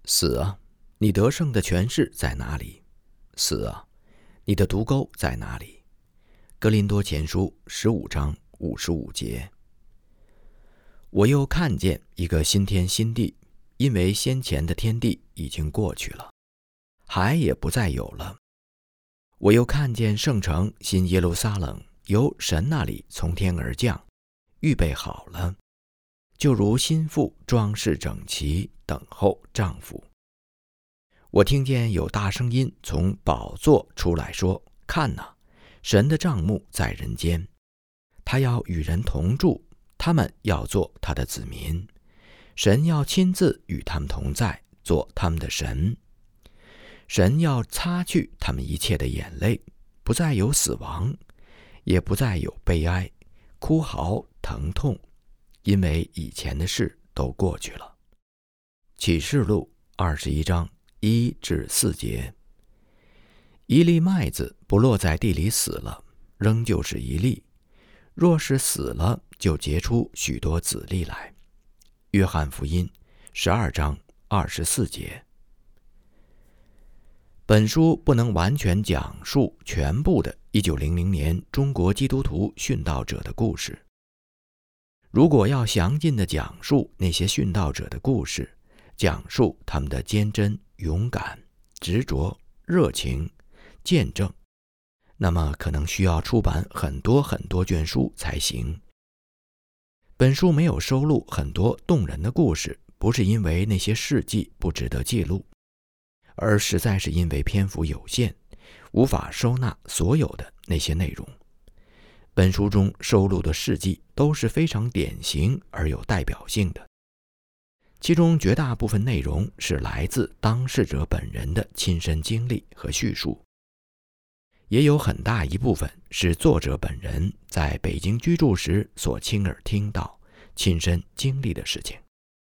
死啊，你得胜的权势在哪里？死啊，你的毒钩在哪里？哥林多前书15章55节。我又看见一个新天新地，因为先前的天地已经过去了，海也不再有了。我又看见圣城新耶路撒冷由神那里从天而降，预备好了，就如新妇装饰整齐，等候丈夫。我听见有大声音从宝座出来说：看哪，神的帐幕在人间，他要与人同住，他们要做他的子民，神要亲自与他们同在，做他们的神。神要擦去他们一切的眼泪，不再有死亡，也不再有悲哀、哭嚎、疼痛，因为以前的事都过去了。启示录21章1至4节。一粒麦子不落在地里死了，仍旧是一粒；若是死了，就结出许多子粒来。约翰福音12章24节。本书不能完全讲述全部的1900年中国基督徒殉道者的故事。如果要详尽地讲述那些殉道者的故事，讲述他们的坚贞、勇敢、执着、热情、见证，那么可能需要出版很多卷书才行。本书没有收录很多动人的故事，不是因为那些事迹不值得记录，而实在是因为篇幅有限，无法收纳所有的那些内容。本书中收录的事迹都是非常典型而有代表性的，其中绝大部分内容是来自当事者本人的亲身经历和叙述，也有很大一部分是作者本人在北京居住时所亲耳听到、亲身经历的事情。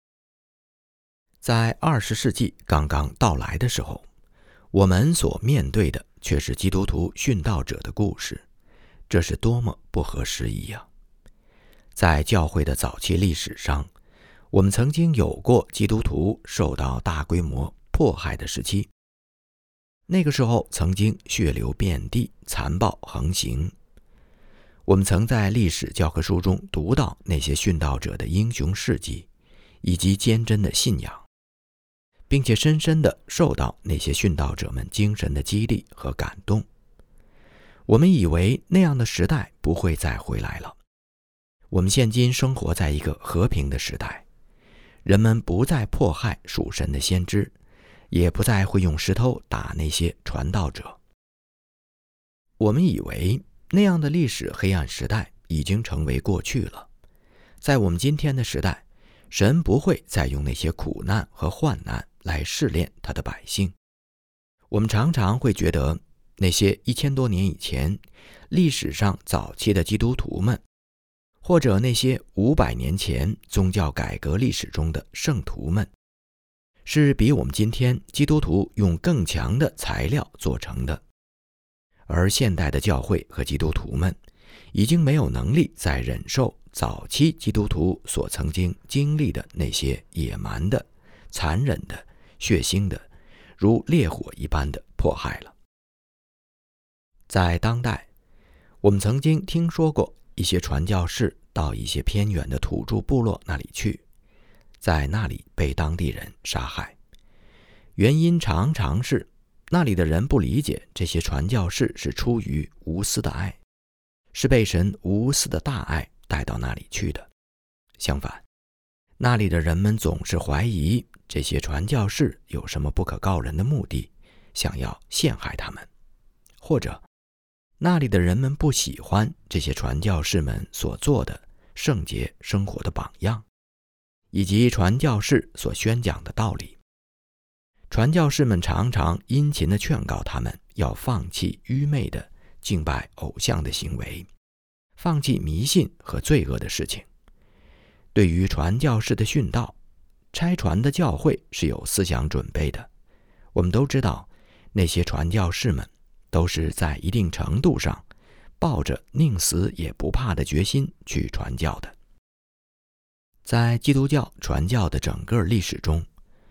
在20世纪刚刚到来的时候，我们所面对的却是基督徒殉道者的故事，这是多么不合时宜啊！在教会的早期历史上，我们曾经有过基督徒受到大规模迫害的时期，那个时候曾经血流遍地，残暴横行。我们曾在历史教科书中读到那些殉道者的英雄事迹，以及坚贞的信仰，并且深深地受到那些殉道者们精神的激励和感动。我们以为那样的时代不会再回来了。我们现今生活在一个和平的时代，人们不再迫害属神的先知，也不再会用石头打那些传道者。我们以为那样的历史黑暗时代已经成为过去了。在我们今天的时代，神不会再用那些苦难和患难来试炼他的百姓。我们常常会觉得那些1000多年以前历史上早期的基督徒们，或者那些500年前宗教改革历史中的圣徒们，是比我们今天基督徒用更强的材料做成的。而现代的教会和基督徒们已经没有能力再忍受早期基督徒所曾经经历的那些野蛮的、残忍的、血腥的、如烈火一般的迫害了。在当代，我们曾经听说过一些传教士到一些偏远的土著部落那里去，在那里被当地人杀害。原因常常是那里的人不理解这些传教士是出于无私的爱，是被神无私的大爱带到那里去的。相反，那里的人们总是怀疑这些传教士有什么不可告人的目的，想要陷害他们，或者那里的人们不喜欢这些传教士们所做的圣洁生活的榜样，以及传教士所宣讲的道理。传教士们常常殷勤地劝告他们要放弃愚昧的敬拜偶像的行为，放弃迷信和罪恶的事情。对于传教士的殉道，差传的教会是有思想准备的。我们都知道，那些传教士们都是在一定程度上抱着宁死也不怕的决心去传教的。在基督教传教的整个历史中，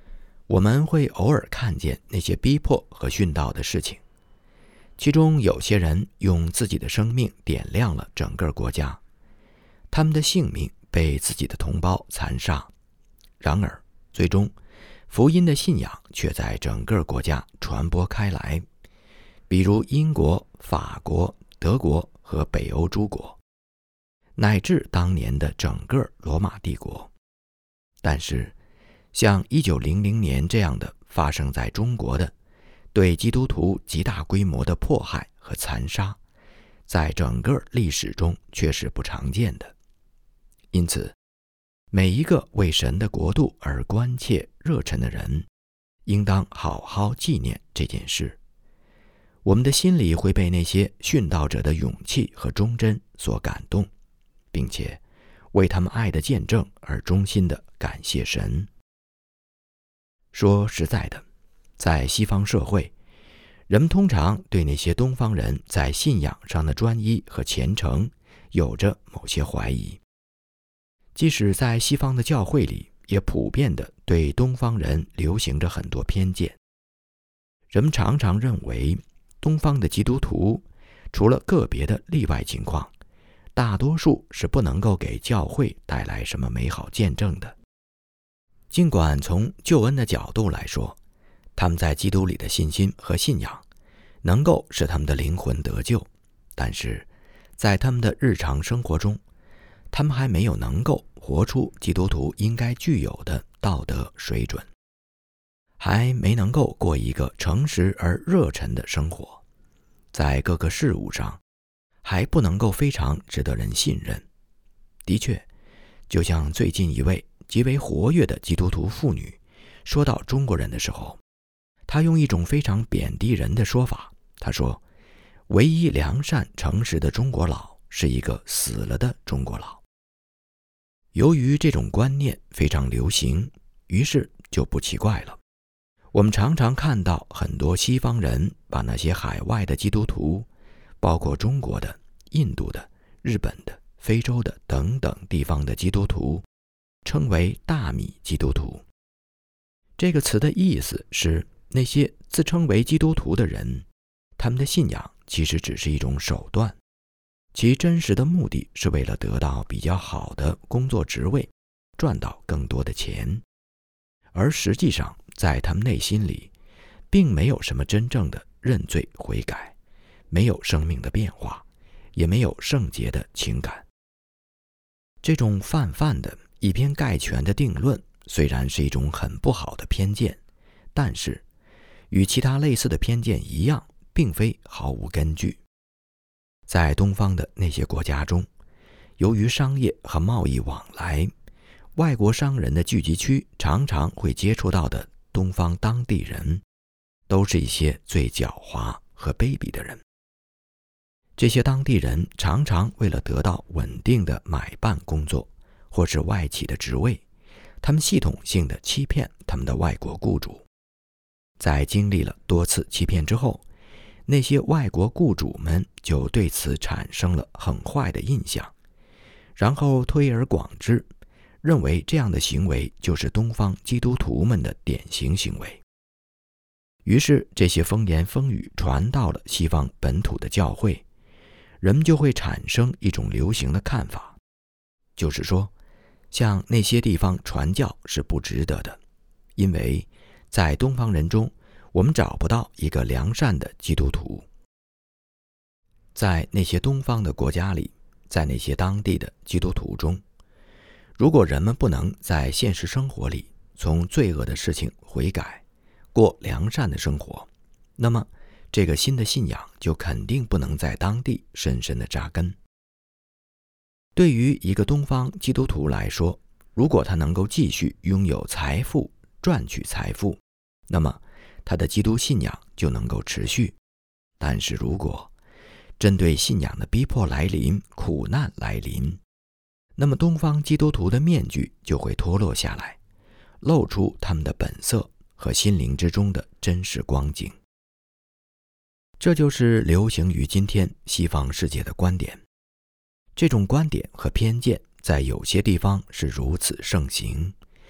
我们会偶尔看见那些逼迫和殉道的事情，其中有些人用自己的生命点亮了整个国家，他们的性命被自己的同胞残杀，然而最终福音的信仰却在整个国家传播开来，比如英国、法国、德国和北欧诸国，乃至当年的整个罗马帝国。但是像1900年这样的发生在中国的对基督徒极大规模的迫害和残杀，在整个历史中却是不常见的。因此每一个为神的国度而关切热忱的人，应当好好纪念这件事。我们的心里会被那些殉道者的勇气和忠贞所感动，并且为他们爱的见证而衷心地感谢神。说实在的，在西方社会，人们通常对那些东方人在信仰上的专一和虔诚有着某些怀疑。即使在西方的教会里，也普遍地对东方人流行着很多偏见。人们常常认为东方的基督徒除了个别的例外情况，大多数是不能够给教会带来什么美好见证的。尽管从救恩的角度来说，他们在基督里的信心和信仰能够使他们的灵魂得救，但是在他们的日常生活中，他们还没有能够活出基督徒应该具有的道德水准，还没能够过一个诚实而热忱的生活，在各个事物上还不能够非常值得人信任。的确，就像最近一位极为活跃的基督徒妇女说到中国人的时候，她用一种非常贬低人的说法，她说唯一良善诚实的中国佬是一个死了的中国佬。由于这种观念非常流行，于是就不奇怪了，我们常常看到很多西方人把那些海外的基督徒，包括中国的、印度的、日本的、非洲的等等地方的基督徒，称为大米基督徒。这个词的意思是那些自称为基督徒的人，他们的信仰其实只是一种手段，其真实的目的是为了得到比较好的工作职位，赚到更多的钱，而实际上在他们内心里并没有什么真正的认罪悔改，没有生命的变化，也没有圣洁的情感。这种泛泛的以偏概全的定论虽然是一种很不好的偏见，但是与其他类似的偏见一样，并非毫无根据。在东方的那些国家中，由于商业和贸易往来，外国商人的聚集区常常会接触到的东方当地人，都是一些最狡猾和卑鄙的人。这些当地人常常为了得到稳定的买办工作或是外企的职位，他们系统性的欺骗他们的外国雇主。在经历了多次欺骗之后，那些外国雇主们就对此产生了很坏的印象，然后推而广之，认为这样的行为就是东方基督徒们的典型行为。于是这些风言风语传到了西方本土的教会，人们就会产生一种流行的看法，就是说向那些地方传教是不值得的，因为在东方人中我们找不到一个良善的基督徒。在那些东方的国家里，在那些当地的基督徒中，如果人们不能在现实生活里从罪恶的事情悔改，过良善的生活，那么这个新的信仰就肯定不能在当地深深的扎根。对于一个东方基督徒来说，如果他能够继续拥有财富，赚取财富，那么他的基督信仰就能够持续。但是如果针对信仰的逼迫来临，苦难来临，那么东方基督徒的面具就会脱落下来，露出他们的本色和心灵之中的真实光景。这就是流行于今天西方世界的观点。这种观点和偏见在有些地方是如此盛行，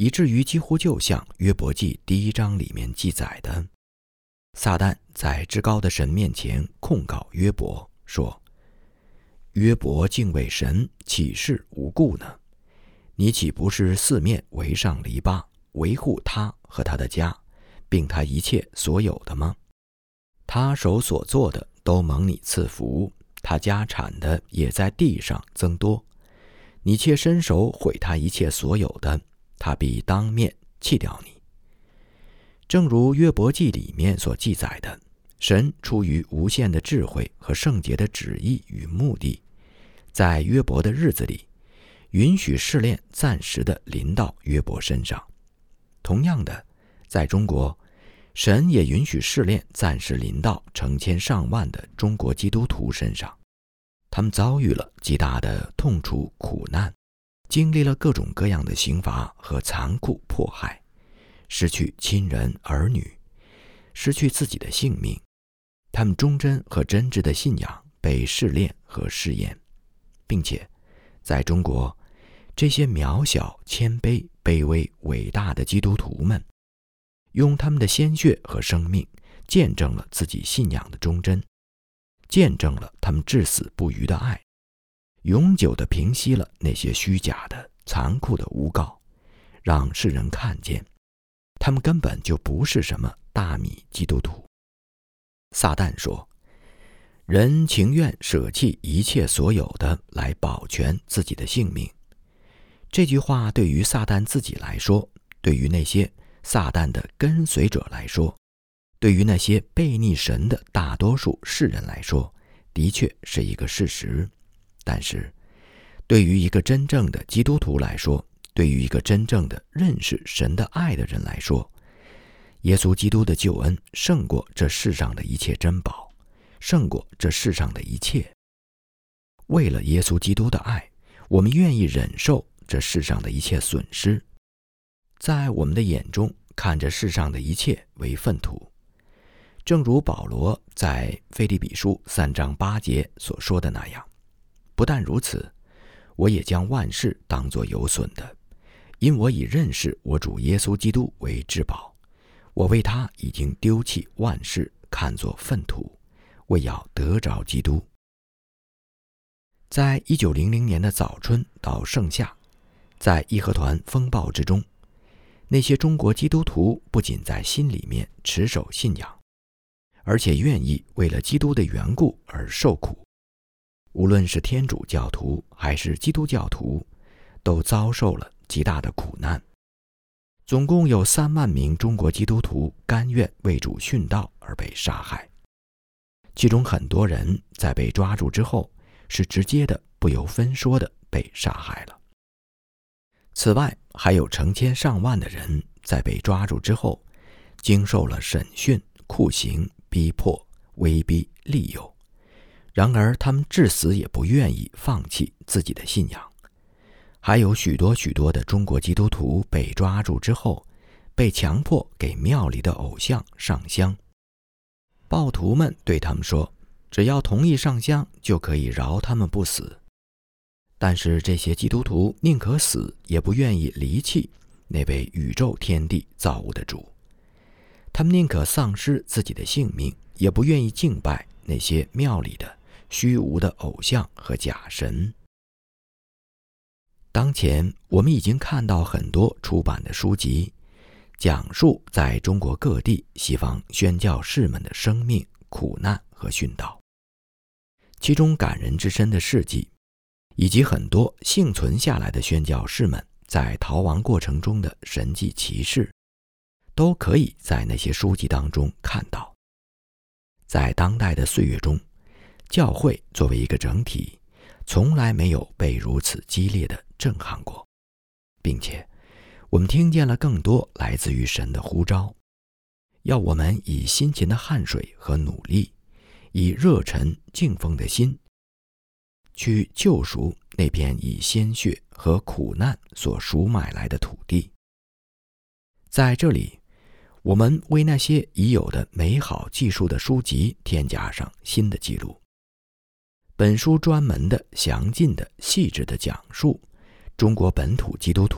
以至于几乎就像约伯记第1章里面记载的，撒旦在至高的神面前控告约伯说：约伯敬畏神，岂是无故呢？你岂不是四面围上篱笆，维护他和他的家，并他一切所有的吗？他手所做的都蒙你赐福，他家产的也在地上增多。你却伸手毁他一切所有的，他必当面弃掉你。正如约伯记里面所记载的，神出于无限的智慧和圣洁的旨意与目的，在约伯的日子里，允许试炼暂时的临到约伯身上。同样的，在中国，神也允许试炼暂时临到成千上万的中国基督徒身上。他们遭遇了极大的痛楚苦难，经历了各种各样的刑罚和残酷迫害，失去亲人儿女，失去自己的性命。他们忠贞和真挚的信仰被试炼和试验，并且在中国，这些渺小、谦卑、卑微、伟大的基督徒们，用他们的鲜血和生命见证了自己信仰的忠贞，见证了他们至死不渝的爱，永久地平息了那些虚假的、残酷的诬告，让世人看见，他们根本就不是什么大米基督徒。撒旦说，人情愿舍弃一切所有的来保全自己的性命。这句话对于撒旦自己来说，对于那些撒旦的跟随者来说，对于那些悖逆神的大多数世人来说，的确是一个事实。但是对于一个真正的基督徒来说，对于一个真正的认识神的爱的人来说，耶稣基督的救恩胜过这世上的一切珍宝，胜过这世上的一切。为了耶稣基督的爱，我们愿意忍受这世上的一切损失，在我们的眼中看着世上的一切为粪土。正如保罗在腓立比书3章8节所说的那样，不但如此，我也将万事当作有损的，因我以认识我主耶稣基督为至宝。我为他已经丢弃万事，看作粪土，为要得着基督。在1900年的早春到盛夏，在义和团风暴之中，那些中国基督徒不仅在心里面持守信仰，而且愿意为了基督的缘故而受苦。无论是天主教徒还是基督教徒，都遭受了极大的苦难。总共有3万名中国基督徒甘愿为主殉道而被杀害，其中很多人在被抓住之后是直接的不由分说的被杀害了。此外，还有成千上万的人在被抓住之后经受了审讯、酷刑、逼迫、威逼、利诱，然而他们至死也不愿意放弃自己的信仰。还有许多许多的中国基督徒被抓住之后，被强迫给庙里的偶像上香。暴徒们对他们说，只要同意上香，就可以饶他们不死。但是这些基督徒宁可死，也不愿意离弃那位宇宙天地造物的主。他们宁可丧失自己的性命，也不愿意敬拜那些庙里的虚无的偶像和假神。当前我们已经看到很多出版的书籍，讲述在中国各地西方宣教士们的生命、苦难和殉道，其中感人至深的事迹，以及很多幸存下来的宣教士们在逃亡过程中的神迹奇事，都可以在那些书籍当中看到。在当代的岁月中，教会作为一个整体，从来没有被如此激烈的震撼过，并且我们听见了更多来自于神的呼召，要我们以辛勤的汗水和努力，以热忱敬奉的心，去救赎那片以鲜血和苦难所赎买来的土地。在这里，我们为那些已有的美好记述的书籍添加上新的记录。本书专门的、详尽的、细致的讲述中国本土基督徒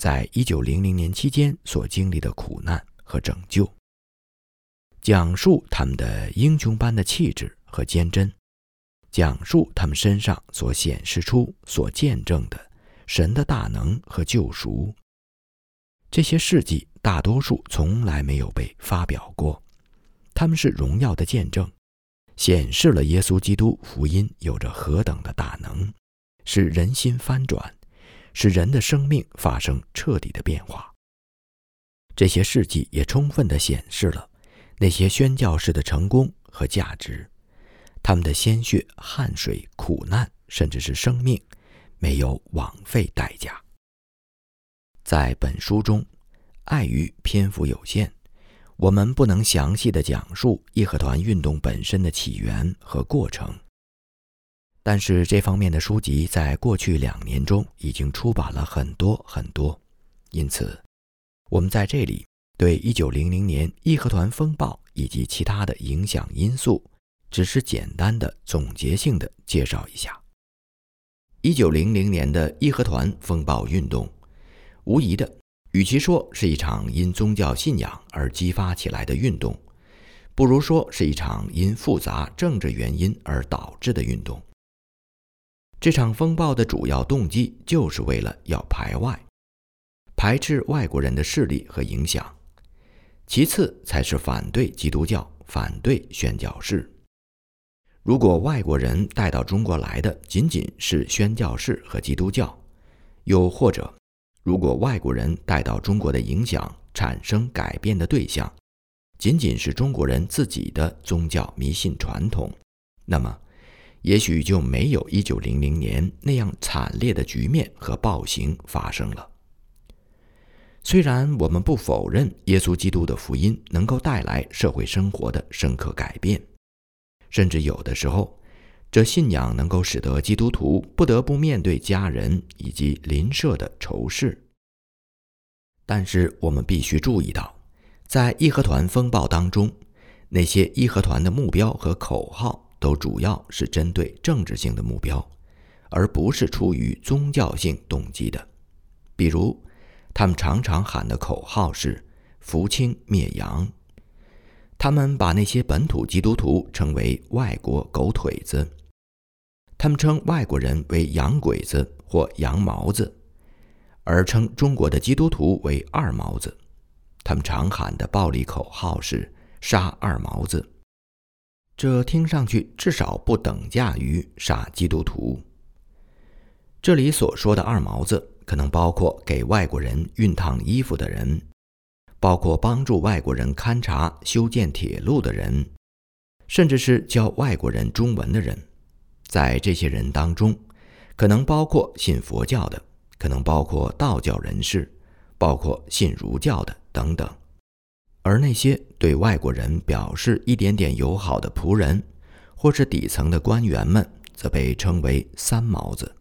在1900年期间所经历的苦难和拯救，讲述他们的英雄般的气质和坚贞，讲述他们身上所显示出、所见证的神的大能和救赎。这些事迹大多数从来没有被发表过，他们是荣耀的见证，显示了耶稣基督福音有着何等的大能，使人心翻转，使人的生命发生彻底的变化。这些事迹也充分地显示了那些宣教士的成功和价值，他们的鲜血、汗水、苦难，甚至是生命，没有枉费代价。在本书中，碍于篇幅有限，我们不能详细地讲述义和团运动本身的起源和过程。但是这方面的书籍在过去2年中已经出版了很多，因此我们在这里对1900年义和团风暴以及其他的影响因素只是简单的总结性的介绍一下。1900年的义和团风暴运动，无疑的，与其说是一场因宗教信仰而激发起来的运动，不如说是一场因复杂政治原因而导致的运动。这场风暴的主要动机就是为了要排斥外国人的势力和影响，其次才是反对基督教，反对宣教士。如果外国人带到中国来的仅仅是宣教士和基督教，又或者如果外国人带到中国的影响产生改变的对象仅仅是中国人自己的宗教迷信传统，那么也许就没有1900年那样惨烈的局面和暴行发生了。虽然我们不否认耶稣基督的福音能够带来社会生活的深刻改变，甚至有的时候，这信仰能够使得基督徒不得不面对家人以及邻舍的仇视，但是我们必须注意到，在义和团风暴当中，那些义和团的目标和口号都主要是针对政治性的目标，而不是出于宗教性动机的。比如他们常常喊的口号是扶清灭洋，他们把那些本土基督徒称为外国狗腿子，他们称外国人为洋鬼子或洋毛子，而称中国的基督徒为二毛子。他们常喊的暴力口号是杀二毛子，这听上去至少不等价于杀基督徒。这里所说的二毛子可能包括给外国人熨烫衣服的人，包括帮助外国人勘察修建铁路的人，甚至是教外国人中文的人。在这些人当中，可能包括信佛教的，可能包括道教人士，包括信儒教的等等。而那些对外国人表示一点点友好的仆人或是底层的官员们，则被称为三毛子。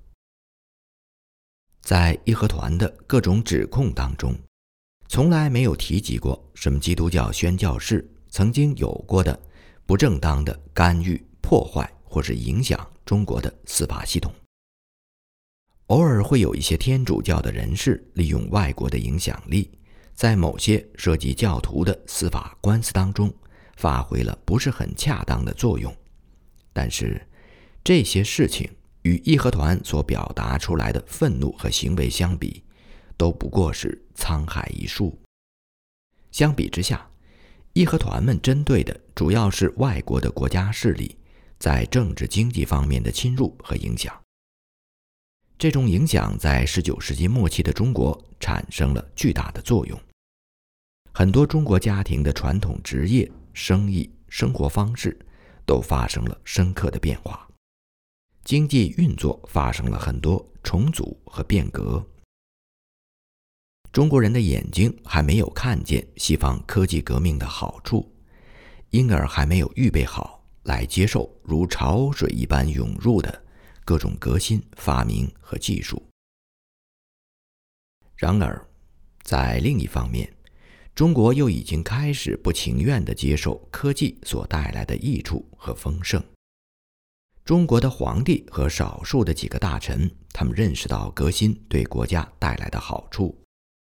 在义和团的各种指控当中，从来没有提及过什么基督教宣教士曾经有过的不正当的干预、破坏或是影响中国的司法系统。偶尔会有一些天主教的人士利用外国的影响力，在某些涉及教徒的司法官司当中发挥了不是很恰当的作用，但是这些事情与义和团所表达出来的愤怒和行为相比，都不过是沧海一粟。相比之下，义和团们针对的主要是外国的国家势力在政治经济方面的侵入和影响。这种影响在19世纪末期的中国产生了巨大的作用，很多中国家庭的传统职业、生意、生活方式都发生了深刻的变化，经济运作发生了很多重组和变革。中国人的眼睛还没有看见西方科技革命的好处，因而还没有预备好来接受如潮水一般涌入的各种革新、发明和技术。然而，在另一方面，中国又已经开始不情愿地接受科技所带来的益处和丰盛。中国的皇帝和少数的几个大臣，他们认识到革新对国家带来的好处，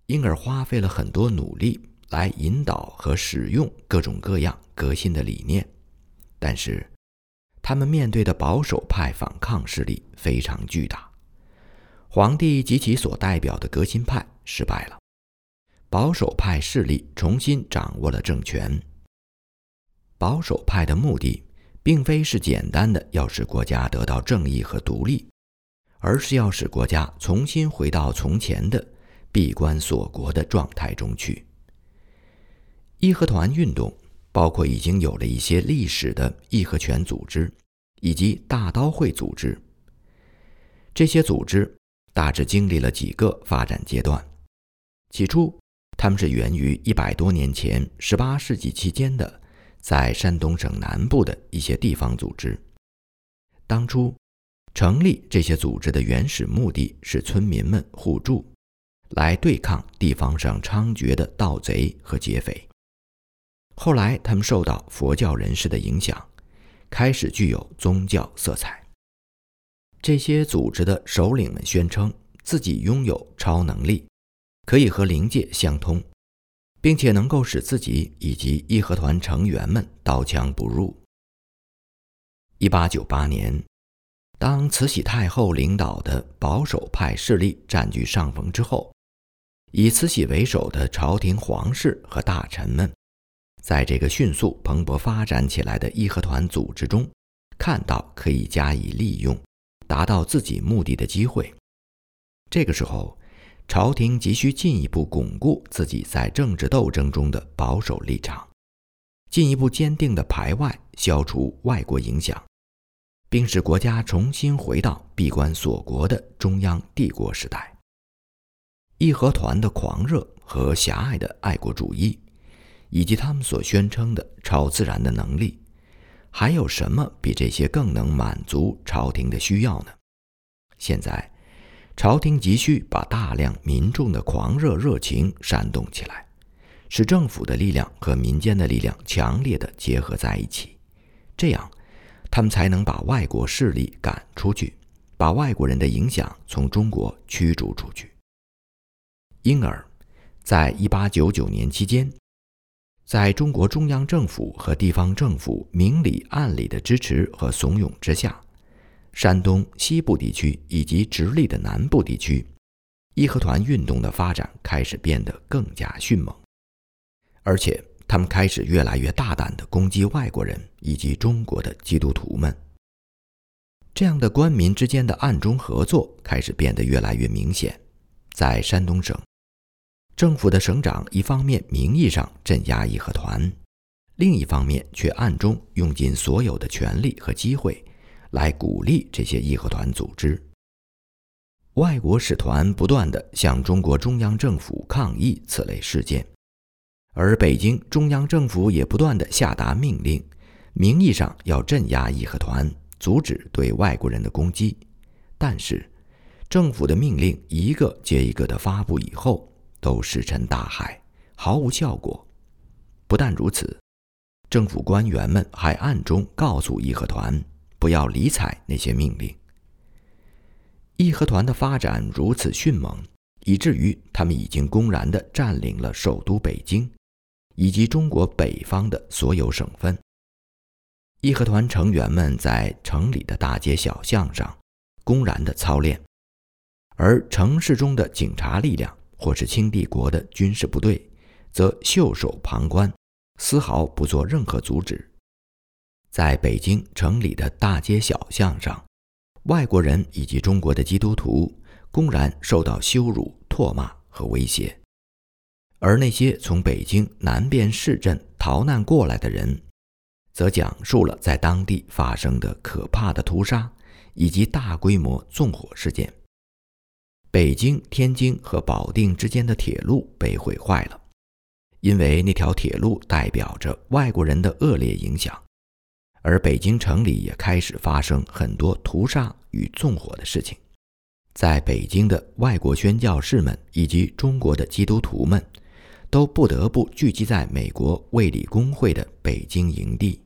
因而花费了很多努力来引导和使用各种各样革新的理念，但是他们面对的保守派反抗势力非常巨大。皇帝及其所代表的革新派失败了，保守派势力重新掌握了政权。保守派的目的并非是简单的要使国家得到正义和独立，而是要使国家重新回到从前的闭关锁国的状态中去。义和团运动包括已经有了一些历史的义和拳组织以及大刀会组织。这些组织大致经历了几个发展阶段。起初，他们是源于100多年前18世纪期间的在山东省南部的一些地方组织。当初成立这些组织的原始目的是村民们互助，来对抗地方上猖獗的盗贼和劫匪。后来他们受到佛教人士的影响，开始具有宗教色彩。这些组织的首领们宣称自己拥有超能力，可以和灵界相通，并且能够使自己以及义和团成员们刀枪不入。1898年，当慈禧太后领导的保守派势力占据上风之后，以慈禧为首的朝廷皇室和大臣们在这个迅速蓬勃发展起来的义和团组织中看到可以加以利用达到自己目的的机会。这个时候，朝廷急需进一步巩固自己在政治斗争中的保守立场，进一步坚定地排外，消除外国影响，并使国家重新回到闭关锁国的中央帝国时代。义和团的狂热和狭隘的爱国主义，以及他们所宣称的超自然的能力，还有什么比这些更能满足朝廷的需要呢？现在朝廷急需把大量民众的狂热热情煽动起来，使政府的力量和民间的力量强烈地结合在一起，这样他们才能把外国势力赶出去，把外国人的影响从中国驱逐出去。因而在1899年期间，在中国中央政府和地方政府明里暗里的支持和怂恿之下，山东西部地区以及直隶的南部地区，义和团运动的发展开始变得更加迅猛，而且他们开始越来越大胆地攻击外国人以及中国的基督徒们。这样的官民之间的暗中合作开始变得越来越明显。在山东省，政府的省长一方面名义上镇压义和团，另一方面却暗中用尽所有的权力和机会来鼓励这些义和团组织。外国使团不断地向中国中央政府抗议此类事件，而北京中央政府也不断地下达命令，名义上要镇压义和团，阻止对外国人的攻击。但是政府的命令一个接一个的发布以后，都石沉大海，毫无效果。不但如此，政府官员们还暗中告诉义和团不要理睬那些命令。义和团的发展如此迅猛，以至于他们已经公然地占领了首都北京以及中国北方的所有省份。义和团成员们在城里的大街小巷上公然地操练，而城市中的警察力量或是清帝国的军事部队则袖手旁观，丝毫不做任何阻止。在北京城里的大街小巷上，外国人以及中国的基督徒公然受到羞辱、唾骂和威胁，而那些从北京南边市镇逃难过来的人，则讲述了在当地发生的可怕的屠杀以及大规模纵火事件。北京、天津和保定之间的铁路被毁坏了，因为那条铁路代表着外国人的恶劣影响，而北京城里也开始发生很多屠杀与纵火的事情。在北京的外国宣教士们以及中国的基督徒们都不得不聚集在美国卫理公会的北京营地。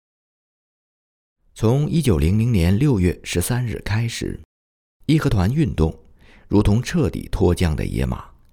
从1900年6月13日开始，义和团运动如同彻底脱缰的野马，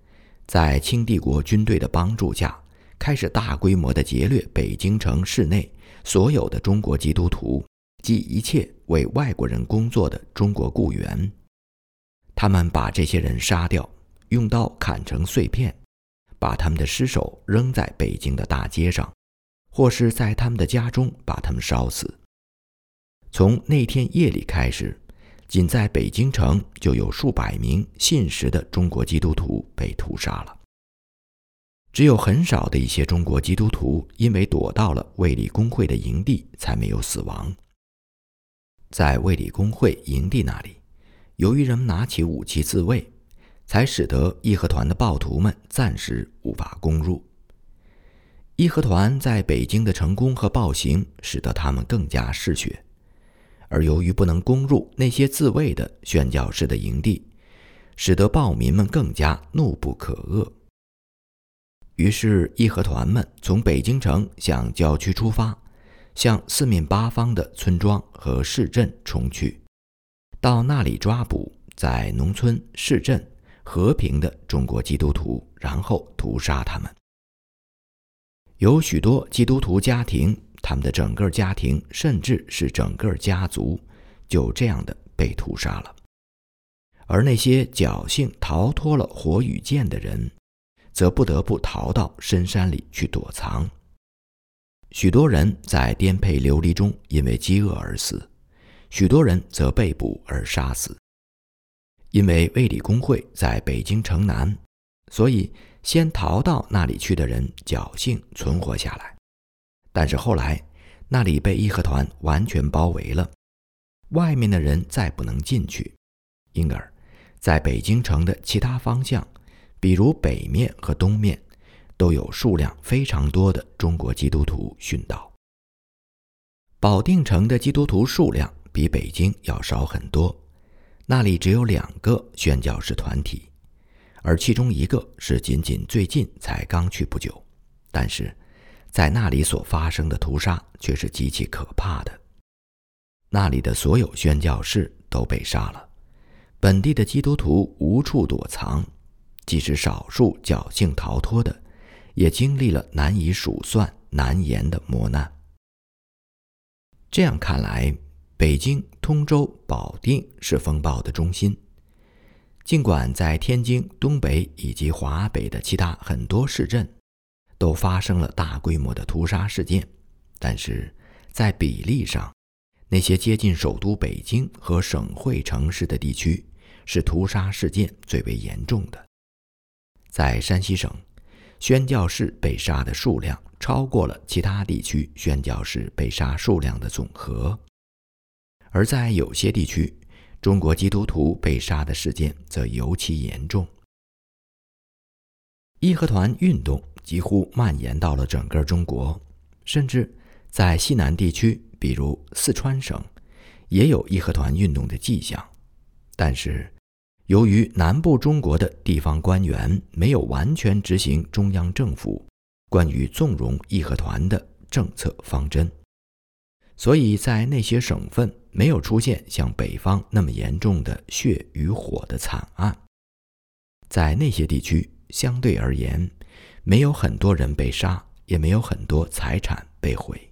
在清帝国军队的帮助下，开始大规模地劫掠北京城市内所有的中国基督徒及一切为外国人工作的中国雇员。他们把这些人杀掉，用刀砍成碎片，把他们的尸首扔在北京的大街上，或是在他们的家中把他们烧死。从那天夜里开始，仅在北京城就有数百名信实的中国基督徒被屠杀了。只有很少的一些中国基督徒因为躲到了卫理公会的营地才没有死亡。在卫理公会营地那里，由于人们拿起武器自卫，才使得义和团的暴徒们暂时无法攻入。义和团在北京的成功和暴行使得他们更加嗜血，而由于不能攻入那些自卫的宣教士的营地，使得暴民们更加怒不可遏。于是义和团们从北京城向郊区出发，向四面八方的村庄和市镇冲去，到那里抓捕在农村、市镇和平的中国基督徒，然后屠杀他们。有许多基督徒家庭，他们的整个家庭甚至是整个家族就这样的被屠杀了。而那些侥幸逃脱了火与剑的人，则不得不逃到深山里去躲藏。许多人在颠沛流离中因为饥饿而死，许多人则被捕而杀死。因为卫理公会在北京城南，所以先逃到那里去的人侥幸存活下来。但是后来那里被义和团完全包围了，外面的人再不能进去，因而在北京城的其他方向，比如北面和东面，都有数量非常多的中国基督徒殉道。保定城的基督徒数量比北京要少很多，那里只有2个宣教士团体，而其中一个是仅仅最近才刚去不久，但是在那里所发生的屠杀却是极其可怕的。那里的所有宣教士都被杀了，本地的基督徒无处躲藏，即使少数侥幸逃脱的，也经历了难以数算、难言的磨难。这样看来，北京、通州、保定是风暴的中心。尽管在天津、东北以及华北的其他很多市镇都发生了大规模的屠杀事件，但是在比例上，那些接近首都北京和省会城市的地区是屠杀事件最为严重的。在山西省，宣教士被杀的数量超过了其他地区宣教士被杀数量的总和。而在有些地区，中国基督徒被杀的事件则尤其严重。义和团运动几乎蔓延到了整个中国，甚至在西南地区，比如四川省，也有义和团运动的迹象。但是由于南部中国的地方官员没有完全执行中央政府关于纵容义和团的政策方针，所以在那些省份没有出现像北方那么严重的血与火的惨案。在那些地区，相对而言，没有很多人被杀，也没有很多财产被毁。